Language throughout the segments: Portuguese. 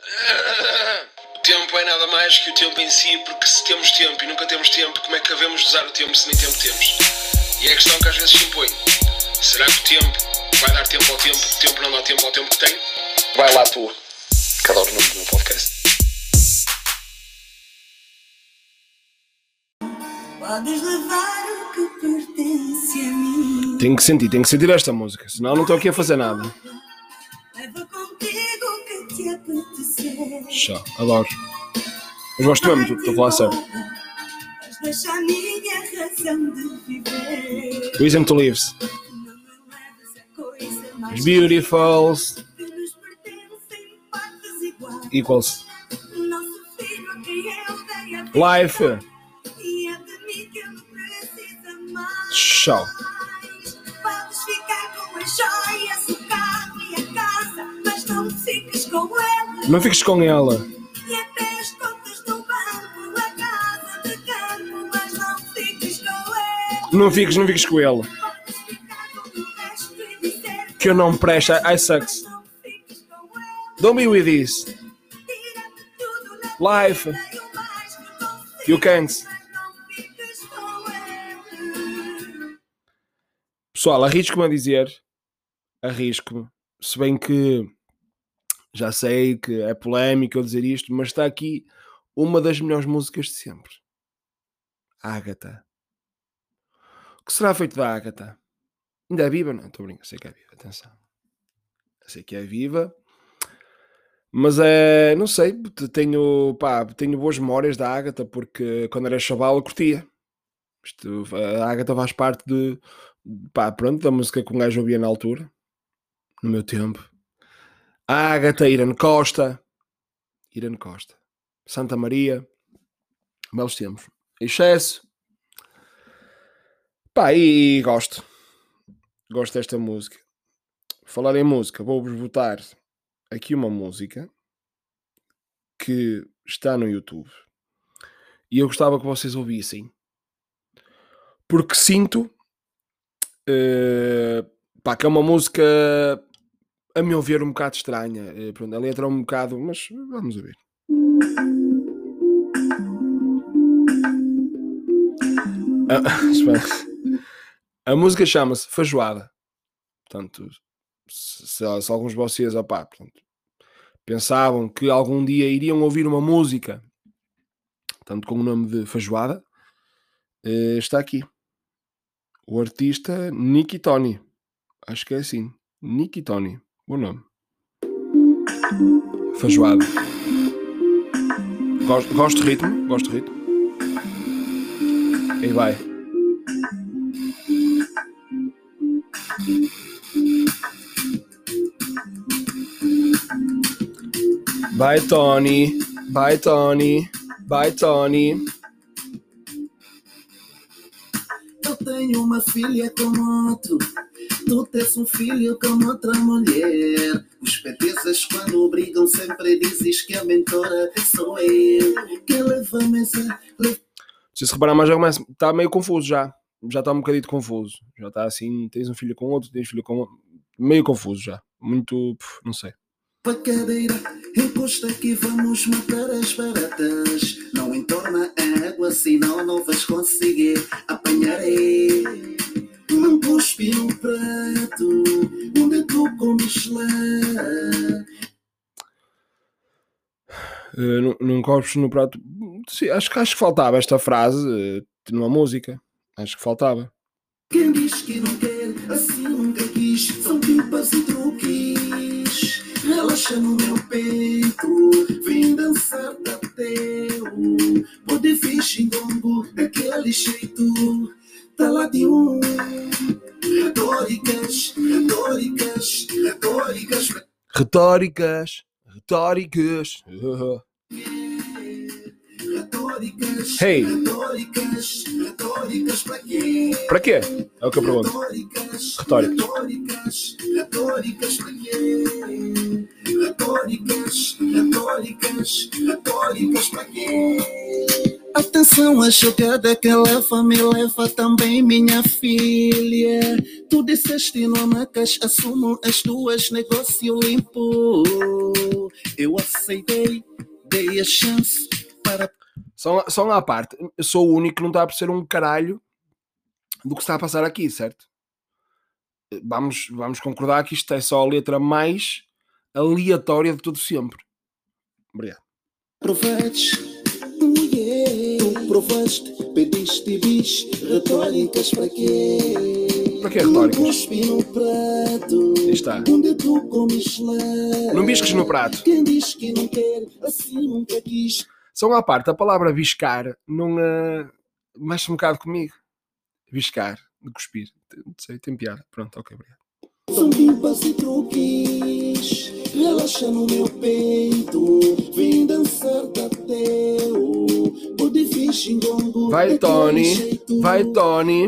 O tempo é nada mais que o tempo em si, porque se temos tempo e nunca temos tempo, como é que havemos de usar o tempo se nem tempo temos? E é a questão que às vezes se impõe. Será que o tempo vai dar tempo ao tempo, o tempo não dá tempo ao tempo que tem? Vai lá tu, que adoro o nome do meu podcast. Podes levar o que pertence a mim. Tenho que sentir esta música, senão não estou aqui a fazer nada. Leva contigo o que te apetecer. Chá, adoro. Mas gosto mesmo, estou a falar sério. Mas deixa a minha razão de viver. Reason to Live. Não me leves a coisa mais Beautifuls. que nos pertencem partes iguais. Equals. Nosso filho a quem eu dei a vida. Life. E é de mim que ele precisa mais. Tchau. Podes ficar com as joias, o carro e a casa, mas não fiques com ela. Não fiques com ela. E até as contas do banco, a casa de campo, mas não fiques com ela. Não fiques com ela. Podes ficar com o resto e dizer Que eu não presto. I sucks. não fiques com ela. Don't be with this. Tira-te tudo na Life. vida e o mais que consigas, You can't. mas não fiques com ela. Pessoal, arrisco-me a dizer. Se bem que já sei que é polémico eu dizer isto, mas está aqui uma das melhores músicas de sempre. Ágata. O que será feito da Ágata? Ainda é viva? Não, estou brincando. Sei que é viva, atenção. Sei que é viva. Mas é, não sei, tenho boas memórias da Ágata, porque quando era chaval eu curtia. A Ágata faz parte da música que um gajo ouvia na altura, no meu tempo. A Ágata, Irene Costa, Santa Maria, belos tempos. Excesso. E gosto desta música. Falar em música, vou-vos botar aqui uma música que está no YouTube e eu gostava que vocês ouvissem, porque sinto que é uma música, a meu ver, um bocado estranha. A letra é um bocado, mas vamos ouvir. A música chama-se Feijoada. Portanto, se alguns de vocês pensavam que algum dia iriam ouvir uma música tanto com o nome de Feijoada, está aqui o artista Nicky Tony, acho que é assim, Nicky Tony, bom nome. Feijoada. Gosto do ritmo. Aí vai. Bye Tony. Eu tenho uma filha com outro, tu tens um filho com outra mulher. Os PTs quando brigam sempre dizes que a mentora sou eu, que leva a mesa. Se reparar mais já começa, está meio confuso já está um bocadinho confuso, já está assim, tens um filho com outro, tens filho com outro, meio confuso já, muito, não sei. A cadeira, encosta aqui, vamos matar as baratas. Não entorna a água, senão não vais conseguir apanhar. Não cuspe no prato, onde tu comes lá. Não cospes no prato. Sim, acho que faltava esta frase numa música. Acho que faltava. Quem diz que não quer, assim nunca quis. São pipas e truques. Relaxa no meu peito, vem dançar da teu. Pode fingir gongo daquele jeito. Tá lá de retóricas. Hey! Retóricas para quê? Para quê? É o que eu pergunto. Retóricas para quê? Retóricas para quê? Atenção, a jogada que leva me leva também minha filha. Tu disseste não macas, assumo as tuas, negócio limpo. eu aceitei, dei a chance para... Só à parte, eu sou o único que não está a perceber um caralho do que está a passar aqui, certo? Vamos concordar que isto é só a letra mais aleatória de tudo sempre. Obrigado. Provaste, tu provaste, pediste bis, retóricas para quê? Para que retóricas? Cuspi no prato, Está. onde tu comes lá. Não bisques no prato. Quem diz que não quer, assim nunca quis. Só à parte, a palavra biscar não mexe um bocado comigo. Biscar, de cuspir. Não sei, tem piada. Pronto, ok, obrigado. São pipas e truques, relaxa no meu peito, vem dançar da teu, o difícil engondo. Vai, Tony, vai, Tony.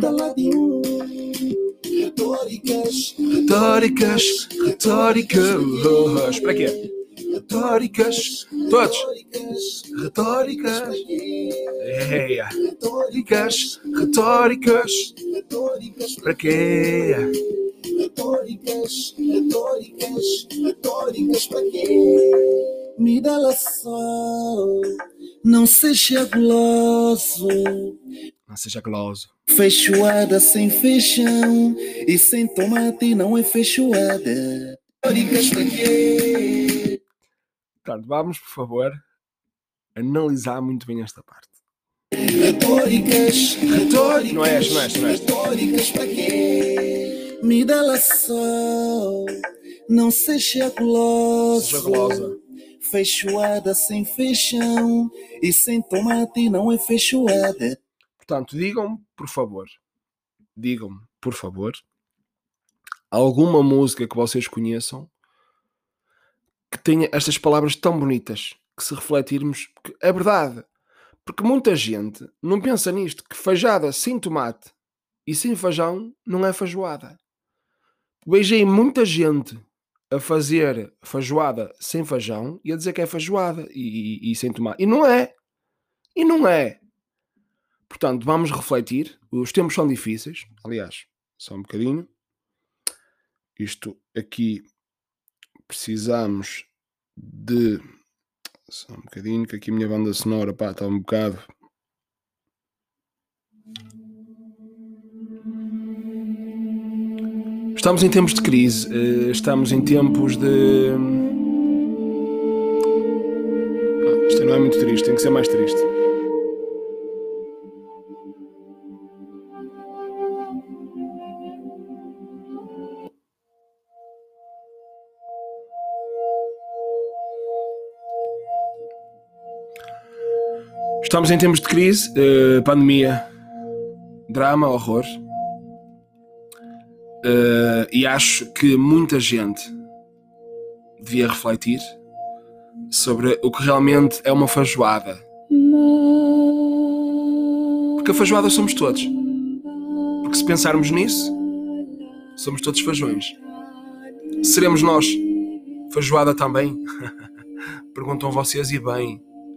Retóricas, retóricas, retóricas. Para quê? Retóricas, todos. Retóricas. Retóricas, retóricas. Para quê? Retóricas, retóricas, retóricas para quê? Me dá lá só, não seja guloso. Não seja guloso. Feijoada sem feijão e sem tomate não é feijoada. Retóricas para quê? Portanto, vamos, por favor, analisar muito bem esta parte. Retóricas, retóricas. Não é esta. Retóricas para quê? Me dá lá só, não seja guloso. Seja gulosa. Feijoada sem feijão e sem tomate não é feijoada. Portanto, digam-me, por favor, alguma música que vocês conheçam que tenha estas palavras tão bonitas, que se refletirmos, que é verdade. Porque muita gente não pensa nisto, que feijoada sem tomate e sem feijão não é feijoada. Beijei muita gente a fazer feijoada sem feijão e a dizer que é feijoada e sem tomate. E não é. Portanto, vamos refletir. Os tempos são difíceis. Aliás, só um bocadinho. Isto aqui precisamos de... Só um bocadinho, que aqui a minha banda sonora está um bocado... Estamos em tempos de crise. Estamos em tempos de... Isto não é muito triste, tem que ser mais triste. Estamos em tempos de crise, pandemia, drama, horror. E acho que muita gente devia refletir sobre o que realmente é uma feijoada. Porque a feijoada somos todos. Porque se pensarmos nisso, somos todos feijões. Seremos nós feijoada também? Perguntam vocês, e bem.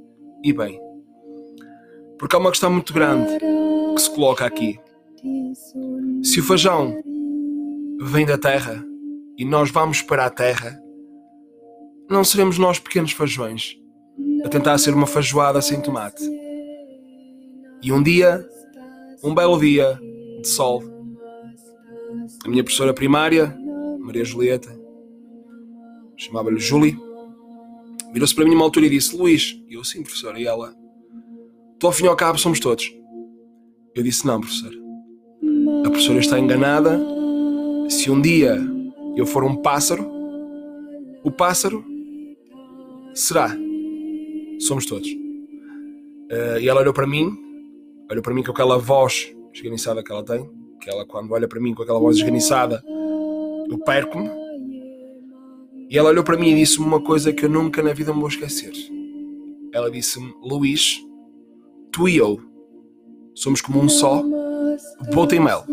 Porque há uma questão muito grande que se coloca aqui. Se o feijão vem da terra e nós vamos para a terra, não seremos nós pequenos feijões a tentar ser uma feijoada sem tomate. E um belo dia de sol, a minha professora primária, Maria Julieta, chamava-lhe Julie, virou-se para mim numa altura e disse: Luís. E eu: sim, professora. E ela: tu ao fim e ao cabo somos todos. Eu disse: não, professora. A professora está enganada. Se um dia eu for um pássaro, o pássaro será. Somos todos. E ela olhou para mim com aquela voz esganiçada que ela tem, que ela, quando olha para mim com aquela voz esganiçada, eu perco-me. E ela olhou para mim e disse-me uma coisa que eu nunca na vida me vou esquecer. Ela disse-me: Luís, tu e eu somos como um só boto e mel.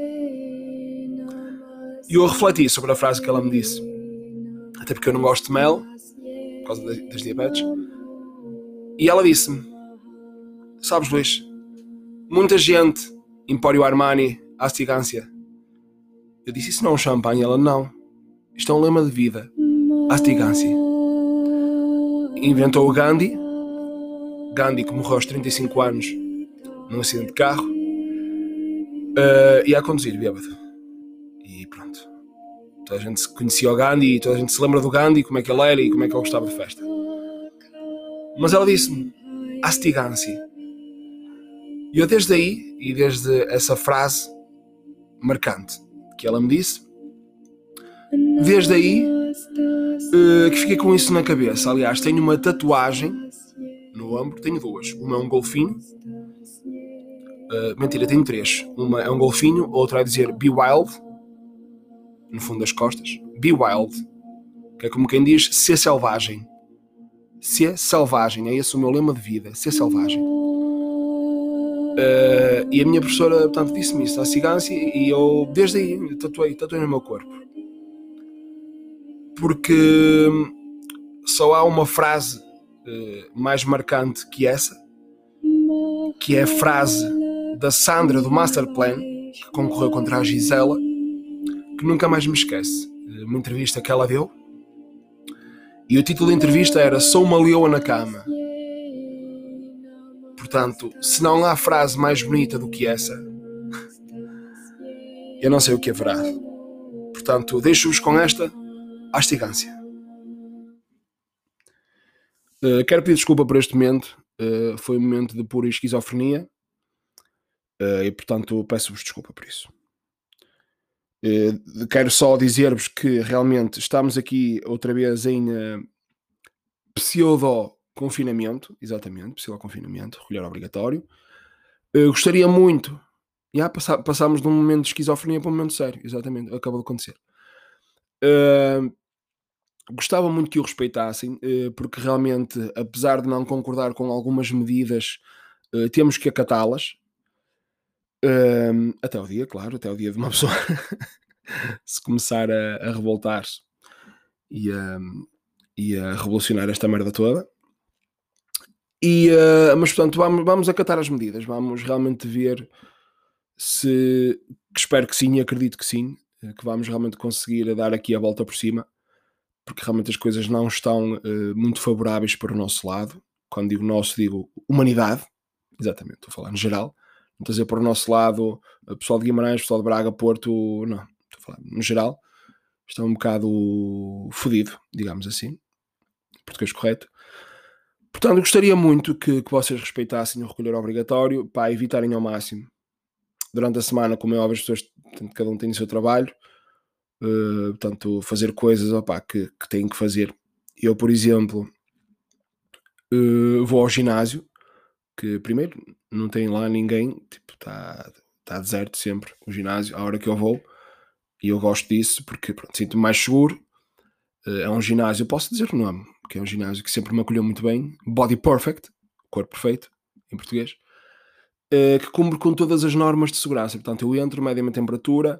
E eu refleti sobre a frase que ela me disse, até porque eu não gosto de mel por causa das diabetes. E ela disse-me: sabes, Luís, muita gente, Empório Armani, Astigância. Eu disse: isso não é um champanhe? Ela: não, isto é um lema de vida, Astigância. inventou o Gandhi, que morreu aos 35 anos num acidente de carro, e a conduzir bêbado. E pronto. Toda a gente conhecia o Gandhi e toda a gente se lembra do Gandhi, como é que ele era e como é que ele gostava de festa. Mas ela disse-me, Astigansi. E eu desde aí, e desde essa frase marcante que ela me disse, desde aí que fiquei com isso na cabeça. Aliás, tenho uma tatuagem no ombro, tenho duas. Uma é um golfinho, mentira, tenho três. Uma é um golfinho, outra é dizer Be Wild, no fundo das costas. Be Wild, que é como quem diz ser selvagem. Ser selvagem, é esse o meu lema de vida, ser selvagem. E a minha professora, portanto, disse-me isso, a Sigansi, e eu desde aí tatuei no meu corpo. Porque só há uma frase mais marcante que essa, que é a frase da Sandra do Masterplan, que concorreu contra a Gisela, que nunca mais me esquece. Uma entrevista que ela deu, e o título da entrevista era Sou uma leoa na cama. Portanto, se não há frase mais bonita do que essa, eu não sei o que haverá. Portanto, deixo-vos com esta astigância. Quero pedir desculpa por este momento. Foi um momento de pura esquizofrenia. E, portanto, peço-vos desculpa por isso. Quero só dizer-vos que realmente estamos aqui outra vez em pseudo-confinamento. Exatamente, pseudo-confinamento, recolher obrigatório. Gostaria muito... passámos de um momento de esquizofrenia para um momento sério. Exatamente, acabou de acontecer. Gostava muito que o respeitassem, porque realmente, apesar de não concordar com algumas medidas, temos que acatá-las. Até o dia, claro, até o dia de uma pessoa se começar a revoltar-se e a revolucionar esta merda toda. Mas portanto, vamos acatar as medidas, vamos realmente ver se, que espero que sim e acredito que sim, que vamos realmente conseguir dar aqui a volta por cima, porque realmente as coisas não estão muito favoráveis para o nosso lado. Quando digo nosso, digo humanidade, exatamente, estou a falar no geral. Não estou a dizer para o nosso lado, pessoal de Guimarães, pessoal de Braga, Porto, não, estou a falar no geral. Está um bocado fodido, digamos assim, português correto. Portanto, gostaria muito que vocês respeitassem o recolher obrigatório, para evitarem ao máximo. Durante a semana, como é óbvio, as pessoas, cada um tem o seu trabalho, portanto, fazer coisas que têm que fazer. Eu, por exemplo, vou ao ginásio, que primeiro não tem lá ninguém, tipo, está deserto sempre o ginásio, à hora que eu vou, e eu gosto disso porque pronto, sinto-me mais seguro. É um ginásio, posso dizer o nome, que é um ginásio que sempre me acolheu muito bem, Body Perfect, corpo perfeito, em português, que cumpre com todas as normas de segurança. Portanto, eu entro, medo a temperatura,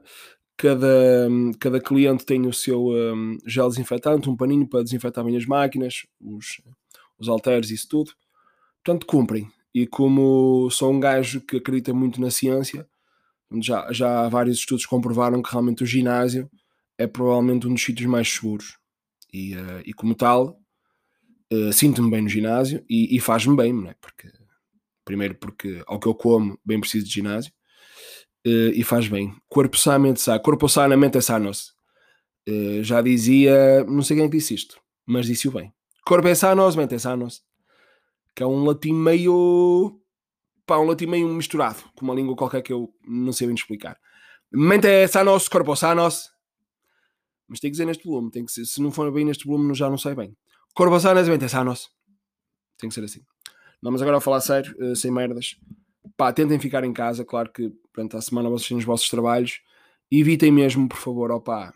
cada cliente tem o seu gel desinfetante, um paninho para desinfetar bem as máquinas, os halteres, isso tudo. Portanto, cumprem. E como sou um gajo que acredita muito na ciência, já vários estudos comprovaram que realmente o ginásio é provavelmente um dos sítios mais seguros. E como tal, sinto-me bem no ginásio e faz-me bem, não é? Primeiro porque ao que eu como, bem preciso de ginásio, e faz bem. Corpo sano, mente sano. Corpo sano, mente sanos. Já dizia, não sei quem disse isto, mas disse-o bem. Corpo é sanos, mente sanos. Que é um latim meio misturado, com uma língua qualquer que eu não sei bem explicar. Mente sanos, corpo sanos. Mas tem que dizer neste volume, tem que ser, se não for bem neste volume, já não sei bem. Corpo sanos, mente sanos. Tem que ser assim. Não, mas agora a falar sério, sem merdas. Tentem ficar em casa, claro que durante a semana vocês têm os vossos trabalhos. Evitem mesmo, por favor,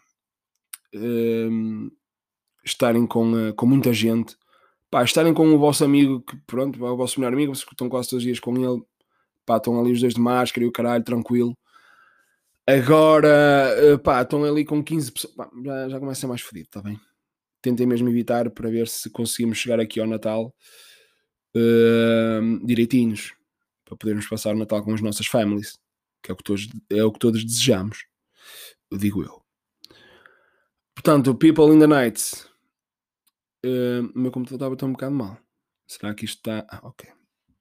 estarem com muita gente. Estarem com o vosso amigo, que pronto, é o vosso melhor amigo, vocês estão quase todos os dias com ele. Estão ali os dois de máscara e o caralho, tranquilo. Agora, estão ali com 15 pessoas. Já começa a ser mais fodido, está bem? Tentem mesmo evitar para ver se conseguimos chegar aqui ao Natal direitinhos, para podermos passar o Natal com as nossas families, que é o que todos desejamos, digo eu. Portanto, people in the night, O meu computador estava tão um bocado mal. Será que isto está... ok.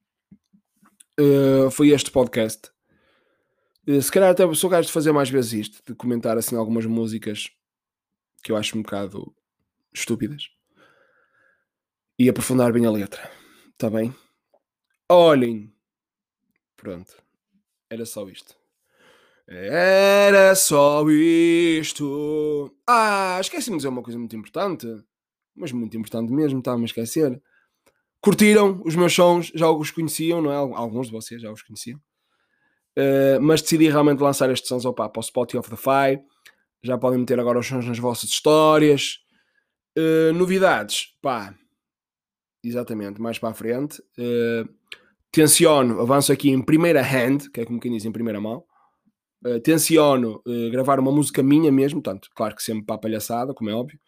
Foi este podcast. Se calhar até sou gajo de fazer mais vezes isto, de comentar assim algumas músicas que eu acho um bocado estúpidas e aprofundar bem a letra. Está bem? Olhem. Pronto. Era só isto. Era só isto. Esqueci-me de dizer uma coisa muito importante. Mas muito importante mesmo, estava-me a esquecer. Curtiram os meus sons, já os conheciam, não é? Alguns de vocês já os conheciam. Mas decidi realmente lançar estes sons para o Spotify. Já podem meter agora os sons nas vossas histórias. Novidades, pá. Exatamente, mais para a frente. Tenciono, avanço aqui em primeira hand, que é como quem diz em primeira mão. Tenciono gravar uma música minha mesmo, portanto, claro que sempre para a palhaçada, como é óbvio.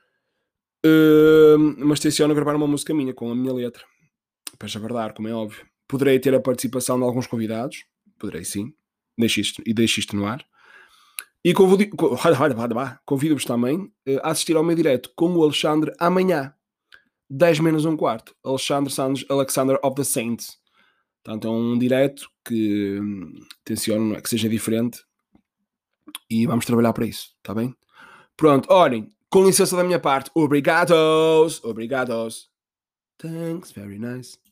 Mas tenciono gravar uma música minha, com a minha letra. Para guardar, como é óbvio. Poderei ter a participação de alguns convidados. Poderei sim. Deixo isto no ar. E convido-vos também a assistir ao meu direto com o Alexandre amanhã. 10 menos um quarto. Alexander of the Saints. Portanto, é um direto que tenciono que seja diferente. E vamos trabalhar para isso, está bem? Pronto, olhem, com licença da minha parte. Obrigados. Thanks, very nice.